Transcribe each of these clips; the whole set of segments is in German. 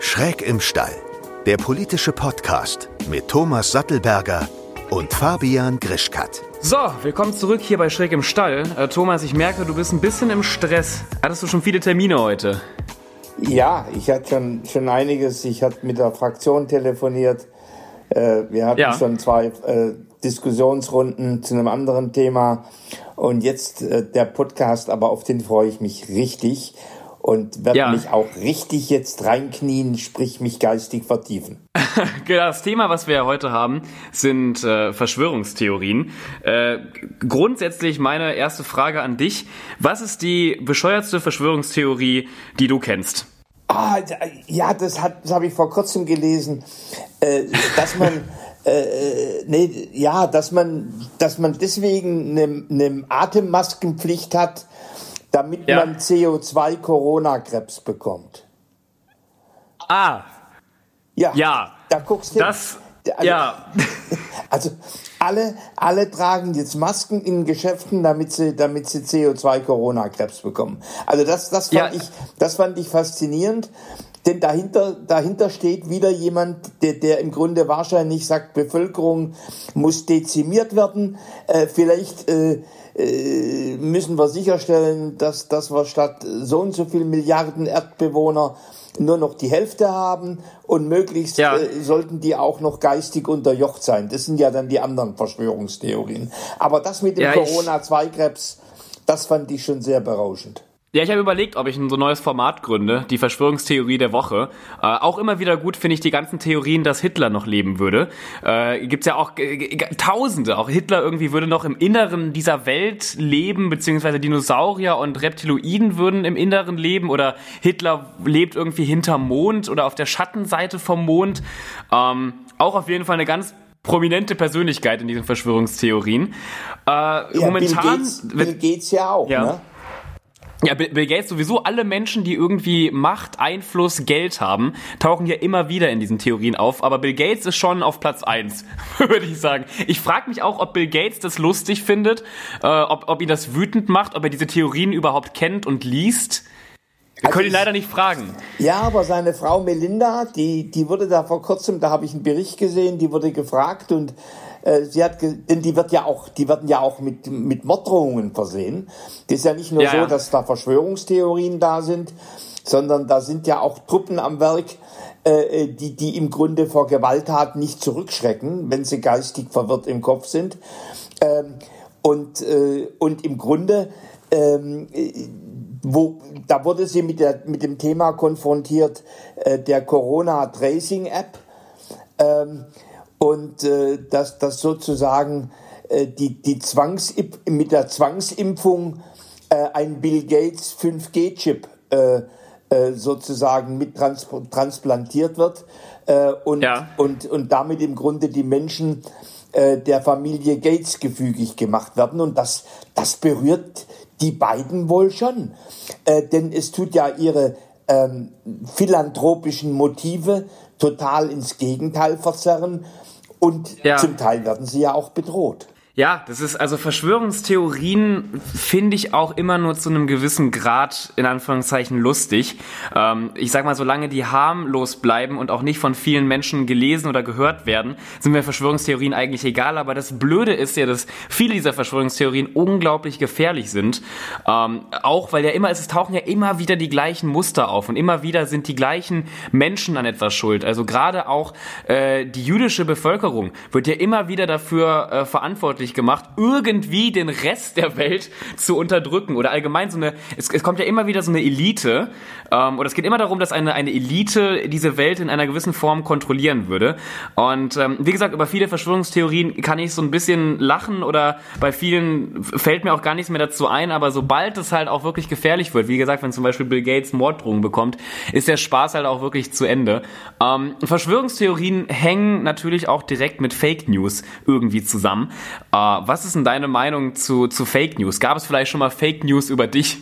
Schräg im Stall, der politische Podcast mit Thomas Sattelberger und Fabian Grischkat. So, willkommen zurück hier bei Schräg im Stall. Thomas, ich merke, du bist ein bisschen im Stress. Hattest du schon viele Termine heute? Ja, ich hatte schon einiges. Ich hatte mit der Fraktion telefoniert. Wir hatten schon 2 Diskussionsrunden zu einem anderen Thema. Und jetzt der Podcast, aber auf den freue ich mich richtig. Und werde mich auch richtig jetzt reinknien, sprich mich geistig vertiefen. Das Thema, was wir heute haben, sind Verschwörungstheorien. Grundsätzlich meine erste Frage an dich. Was ist die bescheuertste Verschwörungstheorie, die du kennst? Ja, das habe ich vor kurzem gelesen, dass man dass man deswegen eine Atemmaskenpflicht hat, damit man CO2-Corona-Krebs bekommt. Ja. Da guckst du Also alle tragen jetzt Masken in Geschäften, damit sie CO2-Corona-Krebs bekommen. Also das fand ich faszinierend. Denn dahinter steht wieder jemand, der im Grunde wahrscheinlich sagt, Bevölkerung muss dezimiert werden. Vielleicht müssen wir sicherstellen, dass wir statt so und so viel Milliarden Erdbewohner nur noch die Hälfte haben und möglichst sollten die auch noch geistig unterjocht sein. Das sind ja dann die anderen Verschwörungstheorien. Aber das mit dem Corona-2-Krebs, das fand ich schon sehr berauschend. Ja, ich habe überlegt, ob ich ein so neues Format gründe, die Verschwörungstheorie der Woche. Auch immer wieder gut finde ich die ganzen Theorien, dass Hitler noch leben würde. Gibt's ja auch Tausende. Auch Hitler irgendwie würde noch im Inneren dieser Welt leben, beziehungsweise Dinosaurier und Reptiloiden würden im Inneren leben. Oder Hitler lebt irgendwie hinterm Mond oder auf der Schattenseite vom Mond. Auch auf jeden Fall eine ganz prominente Persönlichkeit in diesen Verschwörungstheorien. Momentan Bill Gates ja auch, ne? Ja, Bill Gates sowieso, alle Menschen, die irgendwie Macht, Einfluss, Geld haben, tauchen ja immer wieder in diesen Theorien auf. Aber Bill Gates ist schon auf Platz 1, würde ich sagen. Ich frage mich auch, ob Bill Gates das lustig findet, ob ihn das wütend macht, ob er diese Theorien überhaupt kennt und liest. Wir können ihn leider nicht fragen. Ja, aber seine Frau Melinda, die wurde da vor kurzem, da habe ich einen Bericht gesehen, die wurde gefragt und denn die werden ja auch mit Morddrohungen versehen. Das ist ja nicht nur so, dass da Verschwörungstheorien da sind, sondern da sind ja auch Truppen am Werk, die im Grunde vor Gewalttaten nicht zurückschrecken, wenn sie geistig verwirrt im Kopf sind. Und im Grunde, da wurde sie mit dem Thema konfrontiert, der Corona-Tracing-App, und dass sozusagen mit der Zwangsimpfung ein Bill Gates 5G-Chip sozusagen mit transplantiert wird und damit im Grunde die Menschen der Familie Gates gefügig gemacht werden. Und das berührt die beiden wohl schon. Denn es tut ja ihre philanthropischen Motive total ins Gegenteil verzerren. Und zum Teil werden sie ja auch bedroht. Ja, das ist also Verschwörungstheorien finde ich auch immer nur zu einem gewissen Grad in Anführungszeichen lustig. Ich sag mal, solange die harmlos bleiben und auch nicht von vielen Menschen gelesen oder gehört werden, sind mir Verschwörungstheorien eigentlich egal. Aber das Blöde ist ja, dass viele dieser Verschwörungstheorien unglaublich gefährlich sind. Auch weil es tauchen ja immer wieder die gleichen Muster auf und immer wieder sind die gleichen Menschen an etwas schuld. Also gerade auch die jüdische Bevölkerung wird ja immer wieder dafür verantwortlich gemacht, irgendwie den Rest der Welt zu unterdrücken oder allgemein es kommt ja immer wieder so eine Elite oder es geht immer darum, dass eine Elite diese Welt in einer gewissen Form kontrollieren würde und wie gesagt, über viele Verschwörungstheorien kann ich so ein bisschen lachen oder bei vielen fällt mir auch gar nichts mehr dazu ein, aber sobald es halt auch wirklich gefährlich wird, wie gesagt, wenn zum Beispiel Bill Gates Morddrohungen bekommt, ist der Spaß halt auch wirklich zu Ende. Verschwörungstheorien hängen natürlich auch direkt mit Fake News irgendwie zusammen. Was ist denn deine Meinung zu Fake News? Gab es vielleicht schon mal Fake News über dich?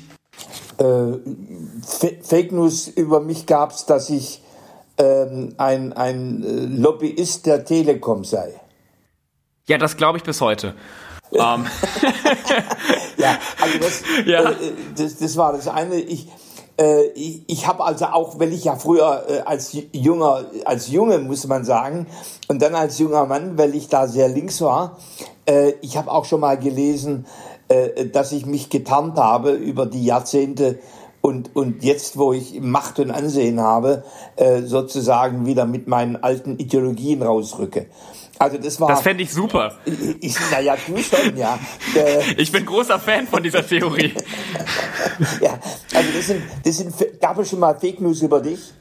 Fake News über mich gab es, dass ich ein Lobbyist der Telekom sei. Ja, das glaube ich bis heute. Ja, also das war das eine. Ich habe also auch, weil ich ja früher als Junge muss man sagen, und dann als junger Mann, weil ich da sehr links war, ich habe auch schon mal gelesen, dass ich mich getarnt habe über die Jahrzehnte und jetzt, wo ich Macht und Ansehen habe, sozusagen wieder mit meinen alten Ideologien rausrücke. Also das fände ich super. Naja, du schon, ja. Ich bin großer Fan von dieser Theorie. Ja, also gab es schon mal Fake News über dich?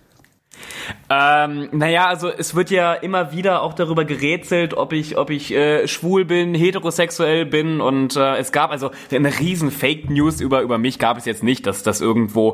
Naja, also es wird ja immer wieder auch darüber gerätselt, ob ich schwul bin, heterosexuell bin und es gab also eine riesen Fake News über mich gab es jetzt nicht, dass das irgendwo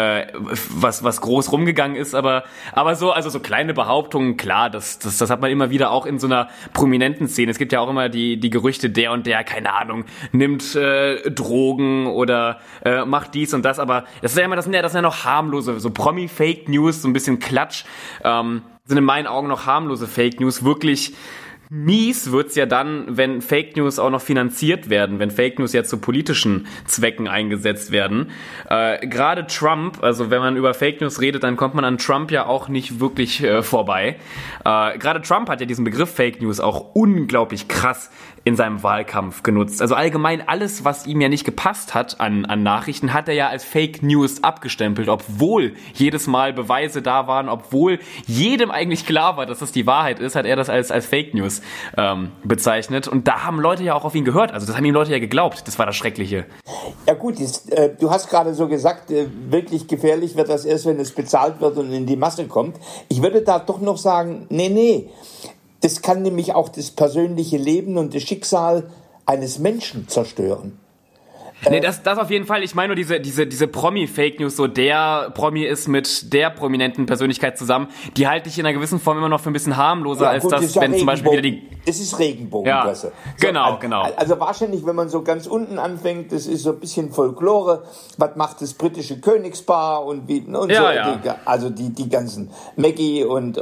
was groß rumgegangen ist, aber so kleine Behauptungen, klar, das hat man immer wieder auch in so einer prominenten Szene. Es gibt ja auch immer die Gerüchte, der und der, keine Ahnung, nimmt Drogen oder macht dies und das, aber das sind ja noch harmlose, so Promi-Fake News, so ein bisschen Klatsch. Sind in meinen Augen noch harmlose Fake News. Wirklich mies wird's ja dann, wenn Fake News auch noch finanziert werden, wenn Fake News ja zu politischen Zwecken eingesetzt werden. Gerade Trump, also wenn man über Fake News redet, dann kommt man an Trump ja auch nicht wirklich vorbei. Gerade Trump hat ja diesen Begriff Fake News auch unglaublich krass in seinem Wahlkampf genutzt. Also allgemein alles, was ihm ja nicht gepasst hat an Nachrichten, hat er ja als Fake News abgestempelt, obwohl jedes Mal Beweise da waren, obwohl jedem eigentlich klar war, dass das die Wahrheit ist, hat er das als Fake News bezeichnet. Und da haben Leute ja auch auf ihn gehört. Also das haben ihm Leute ja geglaubt. Das war das Schreckliche. Ja gut, du hast gerade so gesagt, wirklich gefährlich wird das erst, wenn es bezahlt wird und in die Masse kommt. Ich würde da doch noch sagen, nee. Das kann nämlich auch das persönliche Leben und das Schicksal eines Menschen zerstören. Nee, das auf jeden Fall. Ich meine nur diese Promi-Fake News, so der Promi ist mit der prominenten Persönlichkeit zusammen, die halte ich in einer gewissen Form immer noch für ein bisschen harmloser, als gut, das, wenn zum Beispiel wieder die... Das ist Regenbogenpresse. Ja, genau. Also wahrscheinlich, wenn man so ganz unten anfängt, das ist so ein bisschen Folklore, was macht das britische Königspaar und wie und ja, so. Ja. Also die ganzen Maggie und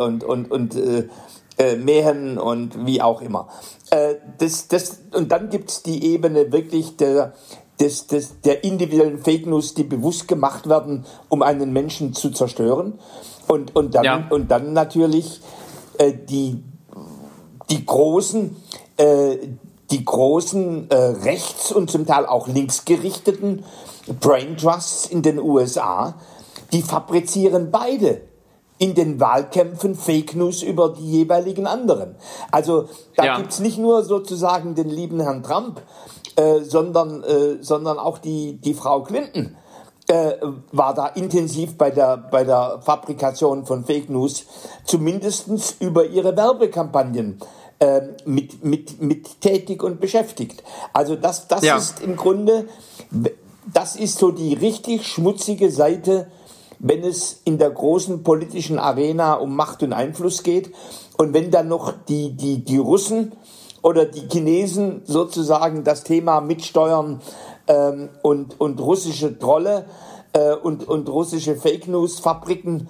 Mehen und wie auch immer. Und dann gibt's die Ebene wirklich der individuellen Fake News, die bewusst gemacht werden, um einen Menschen zu zerstören. Und dann natürlich die großen rechts- und zum Teil auch linksgerichteten Brain Trusts in den USA, die fabrizieren beide in den Wahlkämpfen Fake News über die jeweiligen anderen. Also da gibt's nicht nur sozusagen den lieben Herrn Trump, sondern auch die Frau Clinton war da intensiv bei der Fabrikation von Fake News, zumindestens über ihre Werbekampagnen mit tätig und beschäftigt. Also das ist im Grunde, das ist so die richtig schmutzige Seite, wenn es in der großen politischen Arena um Macht und Einfluss geht und wenn dann noch die Russen oder die Chinesen sozusagen das Thema mitsteuern und russische Trolle und russische Fake News Fabriken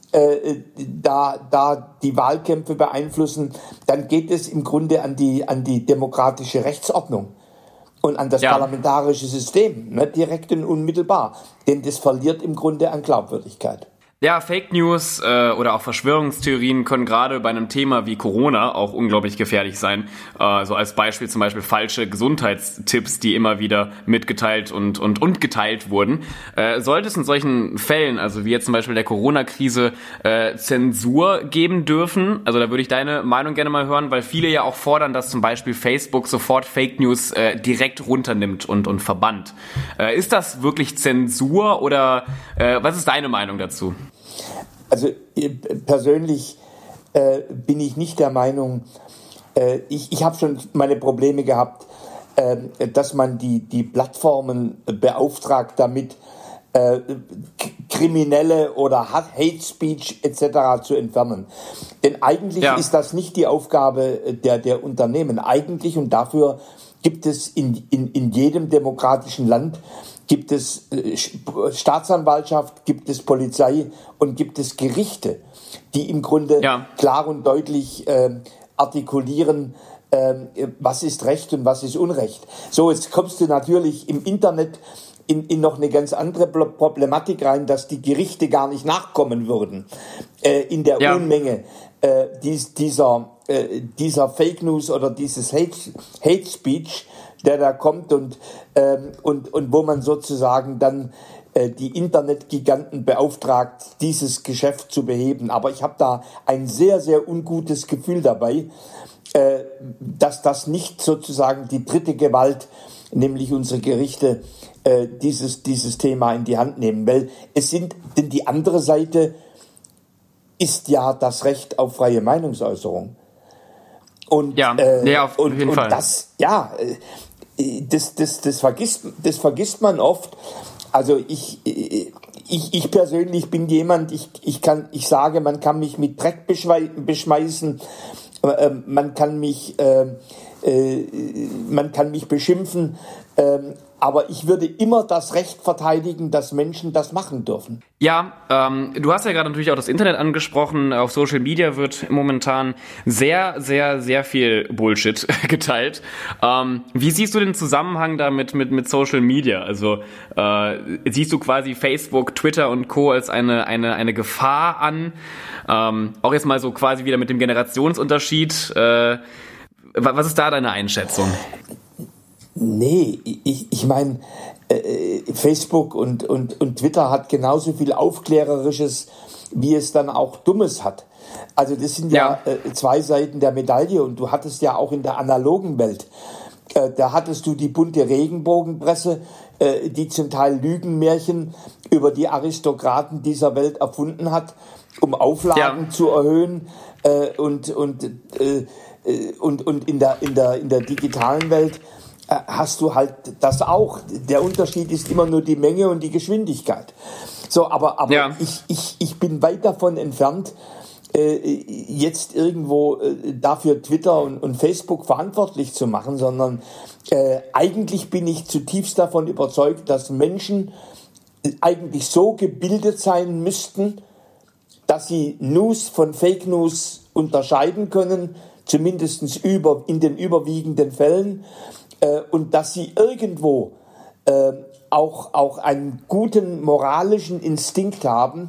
da die Wahlkämpfe beeinflussen, dann geht es im Grunde an die demokratische Rechtsordnung und an das parlamentarische System, ne, direkt und unmittelbar. Denn das verliert im Grunde an Glaubwürdigkeit. Ja, Fake News oder auch Verschwörungstheorien können gerade bei einem Thema wie Corona auch unglaublich gefährlich sein. So als Beispiel zum Beispiel falsche Gesundheitstipps, die immer wieder mitgeteilt und geteilt wurden. Sollte es in solchen Fällen, also wie jetzt zum Beispiel der Corona-Krise, Zensur geben dürfen? Also da würde ich deine Meinung gerne mal hören, weil viele ja auch fordern, dass zum Beispiel Facebook sofort Fake News direkt runternimmt und verbannt. Ist das wirklich Zensur oder was ist deine Meinung dazu? Also persönlich bin ich nicht der Meinung, ich habe schon meine Probleme gehabt, dass man die Plattformen beauftragt damit, Kriminelle oder Hate Speech etc. zu entfernen. Denn eigentlich ist das nicht die Aufgabe der Unternehmen. Eigentlich, und dafür gibt es in jedem demokratischen Land, gibt es Staatsanwaltschaft, gibt es Polizei und gibt es Gerichte, die im Grunde klar und deutlich artikulieren, was ist Recht und was ist Unrecht. So, jetzt kommst du natürlich im Internet in noch eine ganz andere Problematik rein, dass die Gerichte gar nicht nachkommen würden in der Unmenge dieser Fake News oder dieses Hate Speech, der da kommt und wo man sozusagen dann die Internetgiganten beauftragt, dieses Geschäft zu beheben. Aber ich habe da ein sehr, sehr ungutes Gefühl dabei, dass das nicht sozusagen die dritte Gewalt, nämlich unsere Gerichte, dieses Thema in die Hand nehmen. Weil denn die andere Seite ist ja das Recht auf freie Meinungsäußerung. Und, auf jeden Fall. Das vergisst man oft. Also ich persönlich bin jemand, ich sage, man kann mich mit Dreck beschmeißen, man kann mich beschimpfen, aber ich würde immer das Recht verteidigen, dass Menschen das machen dürfen. Ja, du hast ja gerade natürlich auch das Internet angesprochen. Auf Social Media wird momentan sehr, sehr, sehr viel Bullshit geteilt. Wie siehst du den Zusammenhang damit mit Social Media? Also siehst du quasi Facebook, Twitter und Co. als eine Gefahr an? Auch jetzt mal so quasi wieder mit dem Generationsunterschied. Was ist da deine Einschätzung? Nee, ich meine, Facebook und Twitter hat genauso viel Aufklärerisches, wie es dann auch Dummes hat. Also das sind ja zwei Seiten der Medaille, und du hattest ja auch in der analogen Welt, da hattest du die bunte Regenbogenpresse, die zum Teil Lügenmärchen über die Aristokraten dieser Welt erfunden hat, um Auflagen zu erhöhen, und in der digitalen Welt hast du halt das auch. Der Unterschied ist immer nur die Menge und die Geschwindigkeit. So, aber ich bin weit davon entfernt, jetzt irgendwo dafür Twitter und Facebook verantwortlich zu machen, sondern eigentlich bin ich zutiefst davon überzeugt, dass Menschen eigentlich so gebildet sein müssten, dass sie News von Fake News unterscheiden können, zumindest in den überwiegenden Fällen, und dass sie irgendwo auch einen guten moralischen Instinkt haben,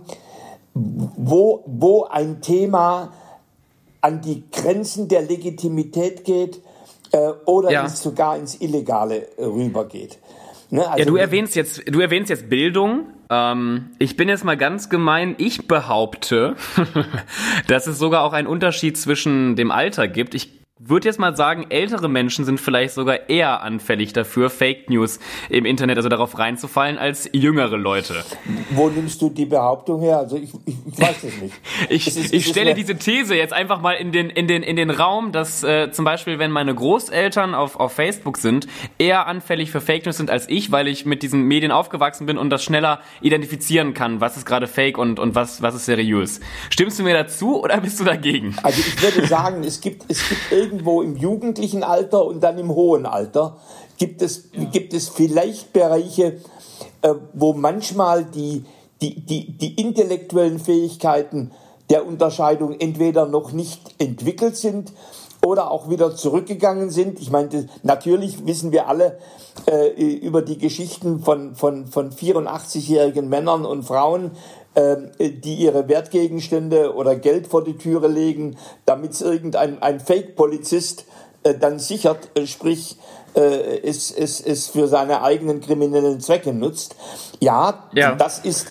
wo ein Thema an die Grenzen der Legitimität geht oder sogar ins Illegale rübergeht. Ne? Also, du erwähnst jetzt Bildung. Ich bin jetzt mal ganz gemein. Ich behaupte, dass es sogar auch einen Unterschied zwischen dem Alter gibt. Ich würde jetzt mal sagen, ältere Menschen sind vielleicht sogar eher anfällig dafür, Fake News im Internet, also darauf reinzufallen, als jüngere Leute. Wo nimmst du die Behauptung her? Also ich weiß es nicht. Ich stelle diese These jetzt einfach mal in den Raum, dass zum Beispiel, wenn meine Großeltern auf Facebook sind, eher anfällig für Fake News sind als ich, weil ich mit diesen Medien aufgewachsen bin und das schneller identifizieren kann, was ist gerade Fake und was ist seriös. Stimmst du mir dazu oder bist du dagegen? Also ich würde sagen, es gibt irgendwo im jugendlichen Alter und dann im hohen Alter gibt es vielleicht Bereiche, wo manchmal die intellektuellen Fähigkeiten der Unterscheidung entweder noch nicht entwickelt sind oder auch wieder zurückgegangen sind. Ich meine, natürlich wissen wir alle über die Geschichten von 84-jährigen Männern und Frauen, die ihre Wertgegenstände oder Geld vor die Türe legen, damit es ein Fake-Polizist dann sichert, sprich es für seine eigenen kriminellen Zwecke nutzt. Ja. Das ist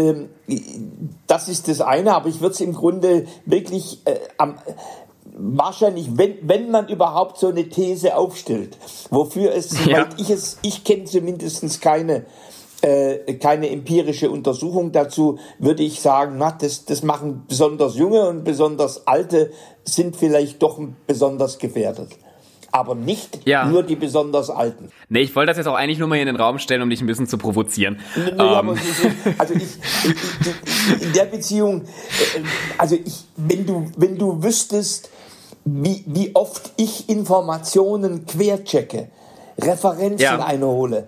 das eine, aber ich würde es im Grunde wirklich wahrscheinlich, wenn man überhaupt so eine These aufstellt, wofür es, soweit ich kenne zumindest keine empirische Untersuchung dazu, würde ich sagen, das machen besonders Junge und besonders Alte sind vielleicht doch besonders gefährdet. Aber nicht nur die besonders Alten. Nee, ich wollte das jetzt auch eigentlich nur mal hier in den Raum stellen, um dich ein bisschen zu provozieren. Aber also in der Beziehung, also wenn du wüsstest, wie oft ich Informationen querchecke, Referenzen einhole,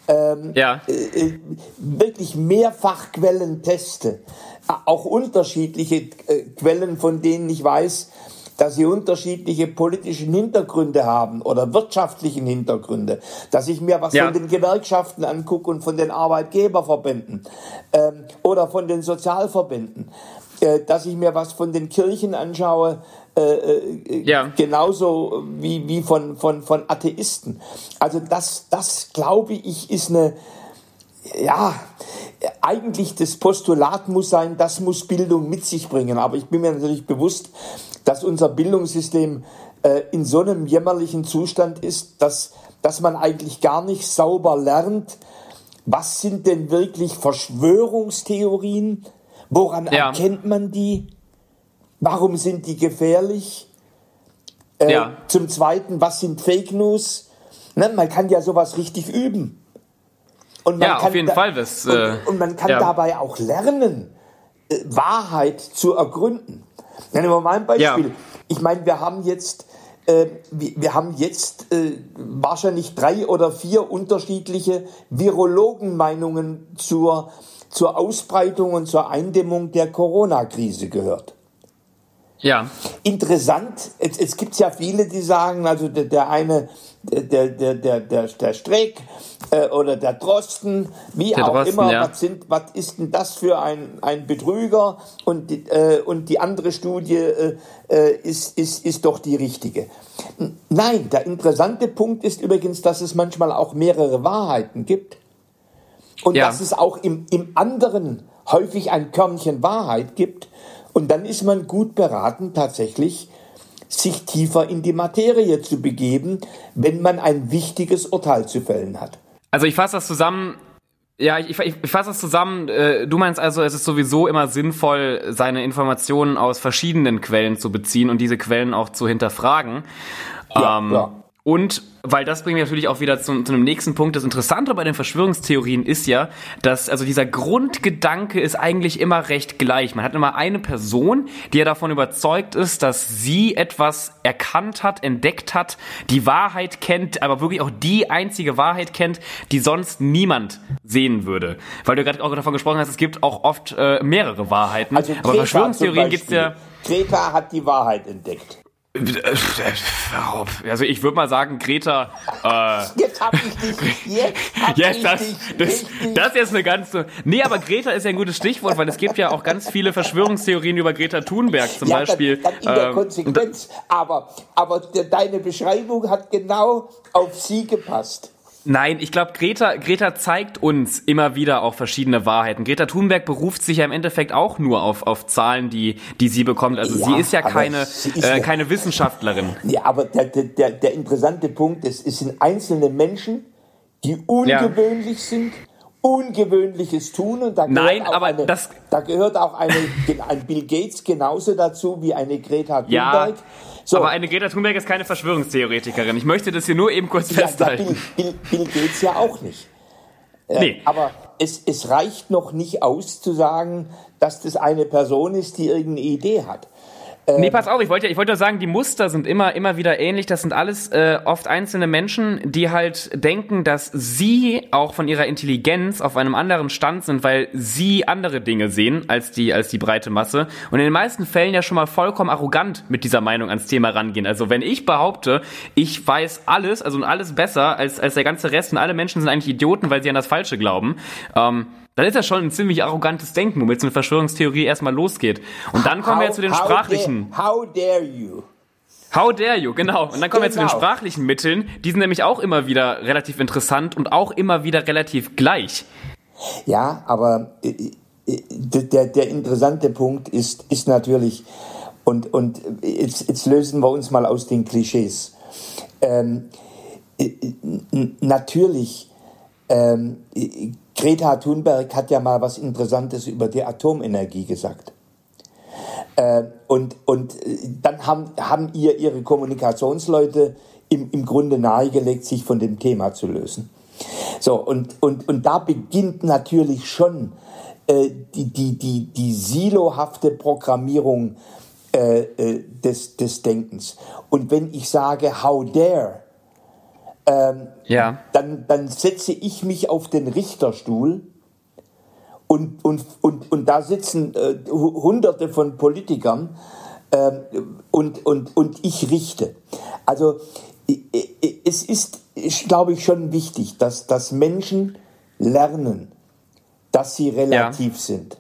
wirklich mehrfach Quellen teste, auch unterschiedliche Quellen, von denen ich weiß, dass sie unterschiedliche politischen Hintergründe haben oder wirtschaftlichen Hintergründe, dass ich mir was von den Gewerkschaften angucke und von den Arbeitgeberverbänden oder von den Sozialverbänden, dass ich mir was von den Kirchen anschaue, genauso wie von Atheisten. Also das glaube ich ist eigentlich das Postulat muss sein, das muss Bildung mit sich bringen. Aber ich bin mir natürlich bewusst, dass unser Bildungssystem in so einem jämmerlichen Zustand ist, dass man eigentlich gar nicht sauber lernt, was sind denn wirklich Verschwörungstheorien, woran erkennt man die, warum sind die gefährlich, zum Zweiten, was sind Fake News, man kann ja sowas richtig üben. Und man kann auf jeden Fall. Und man kann dabei auch lernen, Wahrheit zu ergründen. Nehmen wir mal ein Beispiel. Ich meine, wir haben jetzt wahrscheinlich 3 oder 4 unterschiedliche Virologenmeinungen zur Ausbreitung und zur Eindämmung der Corona-Krise gehört. Ja. Interessant, es gibt ja viele, die sagen, also der eine, der Streeck oder der Drosten, immer, was ist denn das für ein Betrüger und die andere Studie ist doch die richtige. Nein, der interessante Punkt ist übrigens, dass es manchmal auch mehrere Wahrheiten gibt und dass es auch im anderen häufig ein Körnchen Wahrheit gibt. Und dann ist man gut beraten, tatsächlich sich tiefer in die Materie zu begeben, wenn man ein wichtiges Urteil zu fällen hat. Also ich fasse das zusammen. Ja, ich fasse das zusammen. Du meinst also, es ist sowieso immer sinnvoll, seine Informationen aus verschiedenen Quellen zu beziehen und diese Quellen auch zu hinterfragen. Und weil das bringt mich natürlich auch wieder zu einem nächsten Punkt. Das Interessante bei den Verschwörungstheorien ist ja, dass also dieser Grundgedanke ist eigentlich immer recht gleich. Man hat immer eine Person, die ja davon überzeugt ist, dass sie etwas erkannt hat, entdeckt hat, die Wahrheit kennt, aber wirklich auch die einzige Wahrheit kennt, die sonst niemand sehen würde. Weil du gerade auch davon gesprochen hast, es gibt auch oft mehrere Wahrheiten. Also aber Verschwörungstheorien gibt's ja. Greta hat die Wahrheit entdeckt. Also ich würde mal sagen, Greta. Jetzt hab ich dich. Das ist jetzt eine ganze. Nee, aber Greta ist ja ein gutes Stichwort, weil es gibt ja auch ganz viele Verschwörungstheorien über Greta Thunberg zum Beispiel. Dann in der Konsequenz. Aber deine Beschreibung hat genau auf sie gepasst. Nein, ich glaube, Greta zeigt uns immer wieder auch verschiedene Wahrheiten. Greta Thunberg beruft sich ja im Endeffekt auch nur auf Zahlen, die sie bekommt. Also sie ist ja keine Wissenschaftlerin. Ja, aber der interessante Punkt ist, es sind einzelne Menschen, die ungewöhnlich sind, Ungewöhnliches tun. Und da gehört auch ein Bill Gates genauso dazu wie eine Greta Thunberg. Ja. So. Aber eine Greta Thunberg ist keine Verschwörungstheoretikerin. Ich möchte das hier nur eben kurz festhalten. Bill Gates ja auch nicht. Nee. Aber es reicht noch nicht aus zu sagen, dass das eine Person ist, die irgendeine Idee hat. Nee, pass auf, ich wollte sagen, die Muster sind immer wieder ähnlich. Das sind alles oft einzelne Menschen, die halt denken, dass sie auch von ihrer Intelligenz auf einem anderen Stand sind, weil sie andere Dinge sehen als die breite Masse. Und in den meisten Fällen ja schon mal vollkommen arrogant mit dieser Meinung ans Thema rangehen. Also wenn ich behaupte, ich weiß alles, also alles besser als der ganze Rest und alle Menschen sind eigentlich Idioten, weil sie an das Falsche glauben, dann ist das schon ein ziemlich arrogantes Denken, womit so eine Verschwörungstheorie erstmal losgeht. Und dann kommen wir zu den sprachlichen. How dare you? How dare you, genau. Und dann kommen wir zu den sprachlichen Mitteln. Die sind nämlich auch immer wieder relativ interessant und auch immer wieder relativ gleich. Ja, aber der interessante Punkt ist natürlich, und jetzt lösen wir uns mal aus den Klischees. Natürlich, Greta Thunberg hat ja mal was Interessantes über die Atomenergie gesagt. Und dann haben ihre Kommunikationsleute im Grunde nahegelegt, sich von dem Thema zu lösen. So, und da beginnt natürlich schon die silohafte Programmierung des Denkens. Und wenn ich sage, how dare, dann setze ich mich auf den Richterstuhl und da sitzen Hunderte von Politikern und ich richte. Also es ist, glaube ich, schon wichtig, dass Menschen lernen, dass sie relativ sind.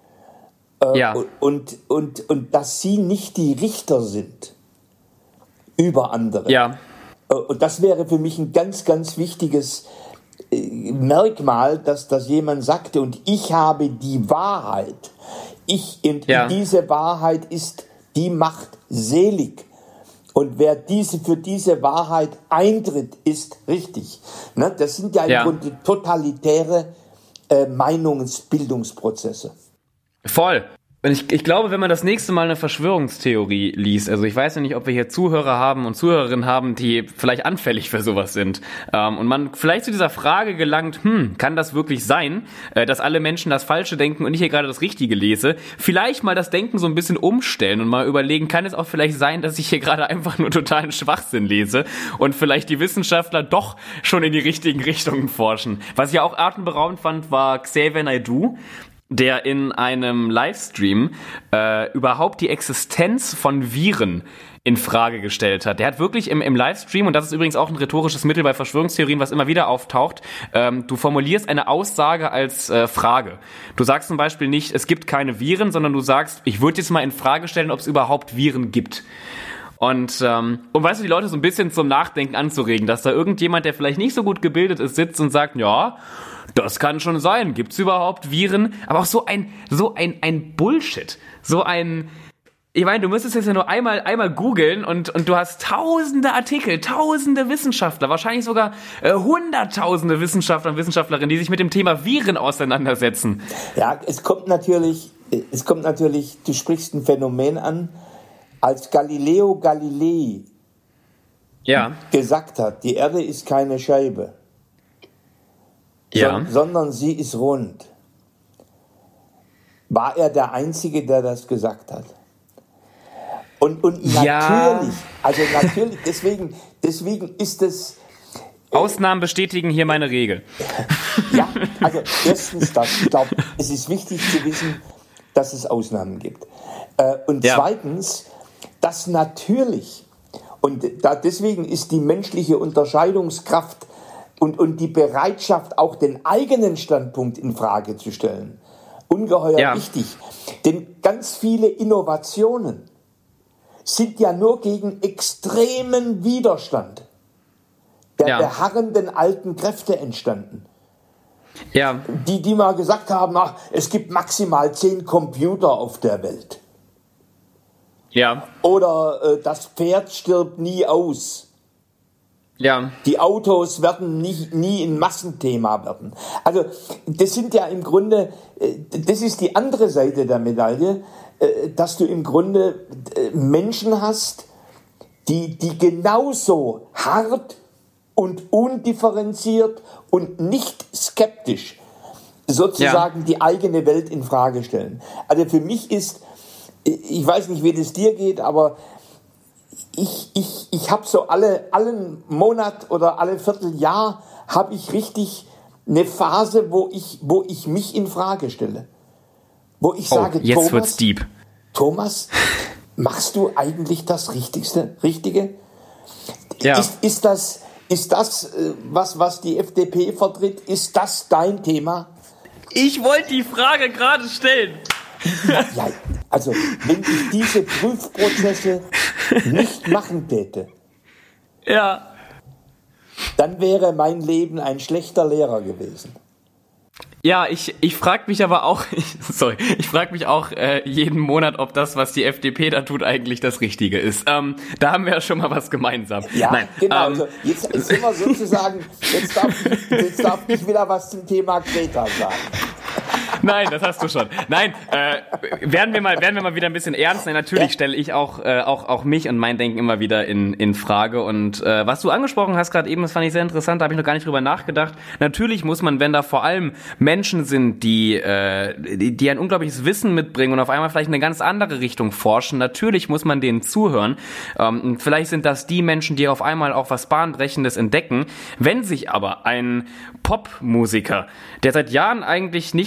Und dass sie nicht die Richter sind über andere. Ja. Und das wäre für mich ein ganz, ganz wichtiges Merkmal, dass jemand sagte, und ich habe die Wahrheit. Diese Wahrheit ist die Macht selig. Und wer für diese Wahrheit eintritt, ist richtig. Ne? Das sind ja im Grunde totalitäre Meinungsbildungsprozesse. Voll. Und ich glaube, wenn man das nächste Mal eine Verschwörungstheorie liest, also ich weiß ja nicht, ob wir hier Zuhörer haben und Zuhörerinnen haben, die vielleicht anfällig für sowas sind, und man vielleicht zu dieser Frage gelangt, kann das wirklich sein, dass alle Menschen das Falsche denken und ich hier gerade das Richtige lese, vielleicht mal das Denken so ein bisschen umstellen und mal überlegen, kann es auch vielleicht sein, dass ich hier gerade einfach nur totalen Schwachsinn lese und vielleicht die Wissenschaftler doch schon in die richtigen Richtungen forschen. Was ich auch atemberaubend fand, war Xavier Naidoo, der in einem Livestream überhaupt die Existenz von Viren in Frage gestellt hat. Der hat wirklich im Livestream, und das ist übrigens auch ein rhetorisches Mittel bei Verschwörungstheorien, was immer wieder auftaucht, du formulierst eine Aussage als Frage. Du sagst zum Beispiel nicht, es gibt keine Viren, sondern du sagst, ich würde jetzt mal in Frage stellen, ob es überhaupt Viren gibt. Und weißt du, die Leute so ein bisschen zum Nachdenken anzuregen, dass da irgendjemand, der vielleicht nicht so gut gebildet ist, sitzt und sagt, ja, das kann schon sein. Gibt's überhaupt Viren? Aber auch so ein Bullshit. Ich meine, du müsstest jetzt ja nur einmal googeln und du hast tausende Artikel, tausende Wissenschaftler, wahrscheinlich sogar hunderttausende Wissenschaftler und Wissenschaftlerinnen, die sich mit dem Thema Viren auseinandersetzen. Ja, es kommt natürlich, du sprichst ein Phänomen an, als Galileo Galilei gesagt hat, die Erde ist keine Scheibe. Sondern sie ist rund. War er der Einzige, der das gesagt hat? Und natürlich, deswegen ist es... Ausnahmen bestätigen hier meine Regel. Ja, also erstens das. Ich glaube, es ist wichtig zu wissen, dass es Ausnahmen gibt. Und zweitens, dass natürlich, deswegen ist die menschliche Unterscheidungskraft und die Bereitschaft, auch den eigenen Standpunkt in Frage zu stellen, ungeheuer wichtig. Denn ganz viele Innovationen sind ja nur gegen extremen Widerstand der beharrenden alten Kräfte entstanden. Ja. Die mal gesagt haben, es gibt maximal 10 Computer auf der Welt. Ja. Oder das Pferd stirbt nie aus. Ja. Die Autos werden nie ein Massenthema werden. Also das sind ja im Grunde, das ist die andere Seite der Medaille, dass du im Grunde Menschen hast, die genauso hart und undifferenziert und nicht skeptisch sozusagen die eigene Welt in Frage stellen. Also für mich ist, ich weiß nicht, wie das dir geht, aber ich habe so allen Monat oder alle Vierteljahr habe ich richtig eine Phase, wo ich mich in Frage stelle. Wo ich sage, jetzt wird's deep. Thomas, machst du eigentlich das Richtige? Ja. Ist das, was die FDP vertritt, ist das dein Thema? Ich wollte die Frage gerade stellen. Ja, also wenn ich diese Prüfprozesse nicht machen täte, dann wäre mein Leben ein schlechter Lehrer gewesen. Ja, ich frage mich aber auch, ich frage mich auch jeden Monat, ob das, was die FDP da tut, eigentlich das Richtige ist. Da haben wir ja schon mal was gemeinsam. Ja, nein, genau. Also jetzt sind wir sozusagen, jetzt darf ich wieder was zum Thema Greta sagen. Nein, das hast du schon. Nein, werden wir mal wieder ein bisschen ernst. Natürlich stelle ich auch mich und mein Denken immer wieder in Frage. Und was du angesprochen hast gerade eben, das fand ich sehr interessant, da habe ich noch gar nicht drüber nachgedacht. Natürlich muss man, wenn da vor allem Menschen sind, die ein unglaubliches Wissen mitbringen und auf einmal vielleicht in eine ganz andere Richtung forschen, natürlich muss man denen zuhören. Vielleicht sind das die Menschen, die auf einmal auch was Bahnbrechendes entdecken. Wenn sich aber ein Popmusiker, der seit Jahren eigentlich nicht mehr wirklich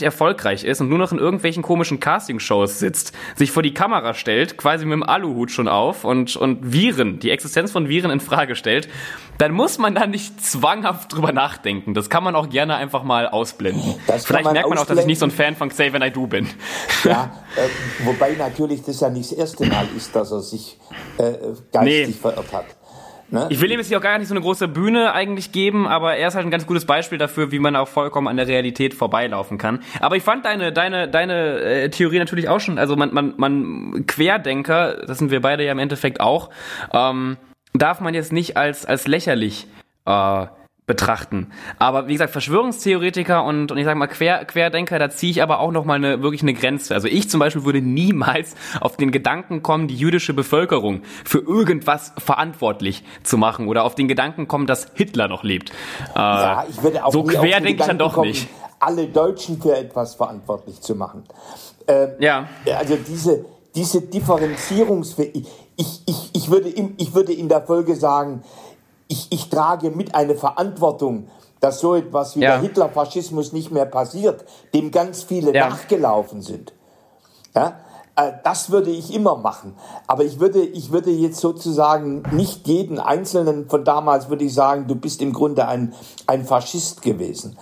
erfolgreich ist und nur noch in irgendwelchen komischen Castingshows sitzt, sich vor die Kamera stellt, quasi mit dem Aluhut schon auf und Viren, die Existenz von Viren in Frage stellt, dann muss man da nicht zwanghaft drüber nachdenken. Das kann man auch gerne einfach mal ausblenden. Vielleicht merkt man auch, dass ich nicht so ein Fan von Xavier Naidoo bin. Ja, wobei natürlich das ja nicht das erste Mal ist, dass er sich geistig verirrt hat. Ne? Ich will ihm jetzt hier auch gar nicht so eine große Bühne eigentlich geben, aber er ist halt ein ganz gutes Beispiel dafür, wie man auch vollkommen an der Realität vorbeilaufen kann. Aber ich fand deine Theorie natürlich auch schon, also man Querdenker, das sind wir beide ja im Endeffekt auch, darf man jetzt nicht als lächerlich betrachten. Aber wie gesagt, Verschwörungstheoretiker und ich sag mal Querdenker, da ziehe ich aber auch nochmal wirklich eine Grenze. Also ich zum Beispiel würde niemals auf den Gedanken kommen, die jüdische Bevölkerung für irgendwas verantwortlich zu machen oder auf den Gedanken kommen, dass Hitler noch lebt. Ja, ich würde auch so quer denke ich dann doch nicht. Alle Deutschen für etwas verantwortlich zu machen. Ja. Also diese Differenzierungsfähigkeit, ich würde in der Folge sagen, ich trage mit eine Verantwortung, dass so etwas wie der Hitlerfaschismus nicht mehr passiert, dem ganz viele nachgelaufen sind. Ja? Das würde ich immer machen. Aber ich würde jetzt sozusagen nicht jeden Einzelnen von damals würde ich sagen, du bist im Grunde ein Faschist gewesen.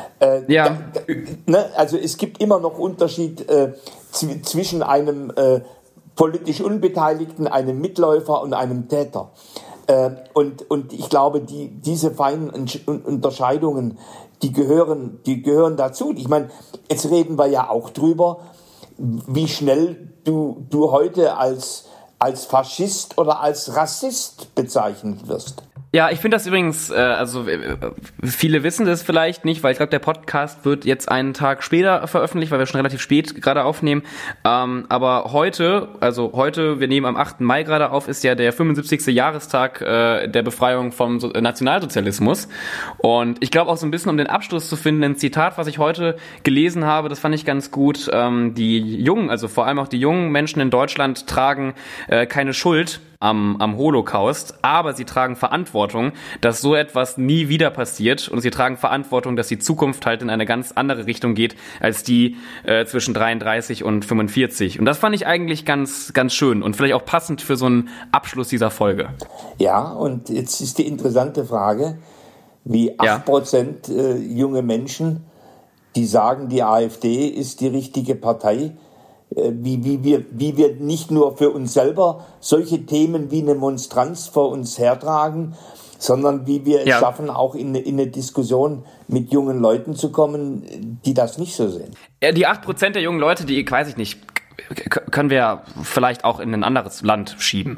Also es gibt immer noch Unterschied zwischen einem politisch Unbeteiligten, einem Mitläufer und einem Täter. Und ich glaube, diese feinen Unterscheidungen, die gehören dazu. Ich meine, jetzt reden wir ja auch drüber, wie schnell du heute als Faschist oder als Rassist bezeichnet wirst. Ja, ich finde das übrigens, also viele wissen das vielleicht nicht, weil ich glaube, der Podcast wird jetzt einen Tag später veröffentlicht, weil wir schon relativ spät gerade aufnehmen. Aber heute, wir nehmen am 8. Mai gerade auf, ist ja der 75. Jahrestag der Befreiung vom Nationalsozialismus. Und ich glaube auch so ein bisschen, um den Abschluss zu finden, ein Zitat, was ich heute gelesen habe, das fand ich ganz gut. Die Jungen, also vor allem auch die jungen Menschen in Deutschland tragen keine Schuld am Holocaust, aber sie tragen Verantwortung, dass so etwas nie wieder passiert und sie tragen Verantwortung, dass die Zukunft halt in eine ganz andere Richtung geht, als die zwischen 33 und 45. Und das fand ich eigentlich ganz, ganz schön und vielleicht auch passend für so einen Abschluss dieser Folge. Ja, und jetzt ist die interessante Frage, wie 8% junge Menschen, die sagen, die AfD ist die richtige Partei, wie wir nicht nur für uns selber solche Themen wie eine Monstranz vor uns hertragen, sondern wie wir es schaffen, auch in eine Diskussion mit jungen Leuten zu kommen, die das nicht so sehen. Ja, die 8% der jungen Leute, die, weiß ich nicht, können wir vielleicht auch in ein anderes Land schieben.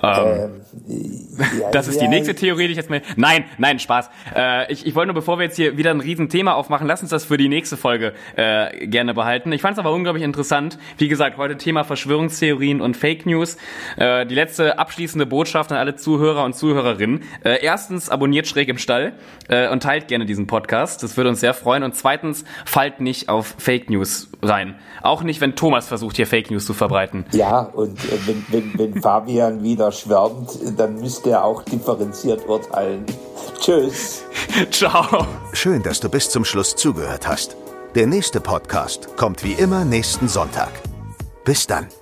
Das ist die nächste Theorie, die ich jetzt mal... Nein, Spaß. Ich wollte nur, bevor wir jetzt hier wieder ein Riesenthema aufmachen, lass uns das für die nächste Folge gerne behalten. Ich fand es aber unglaublich interessant. Wie gesagt, heute Thema Verschwörungstheorien und Fake News. Die letzte abschließende Botschaft an alle Zuhörer und Zuhörerinnen. Erstens, abonniert Schräg im Stall und teilt gerne diesen Podcast. Das würde uns sehr freuen. Und zweitens, fallt nicht auf Fake News rein. Auch nicht, wenn Thomas versucht, hier Fake News zu verbreiten. Ja, und wenn Fabian wieder schwärmt, dann müsste er auch differenziert urteilen. Tschüss. Ciao. Schön, dass du bis zum Schluss zugehört hast. Der nächste Podcast kommt wie immer nächsten Sonntag. Bis dann.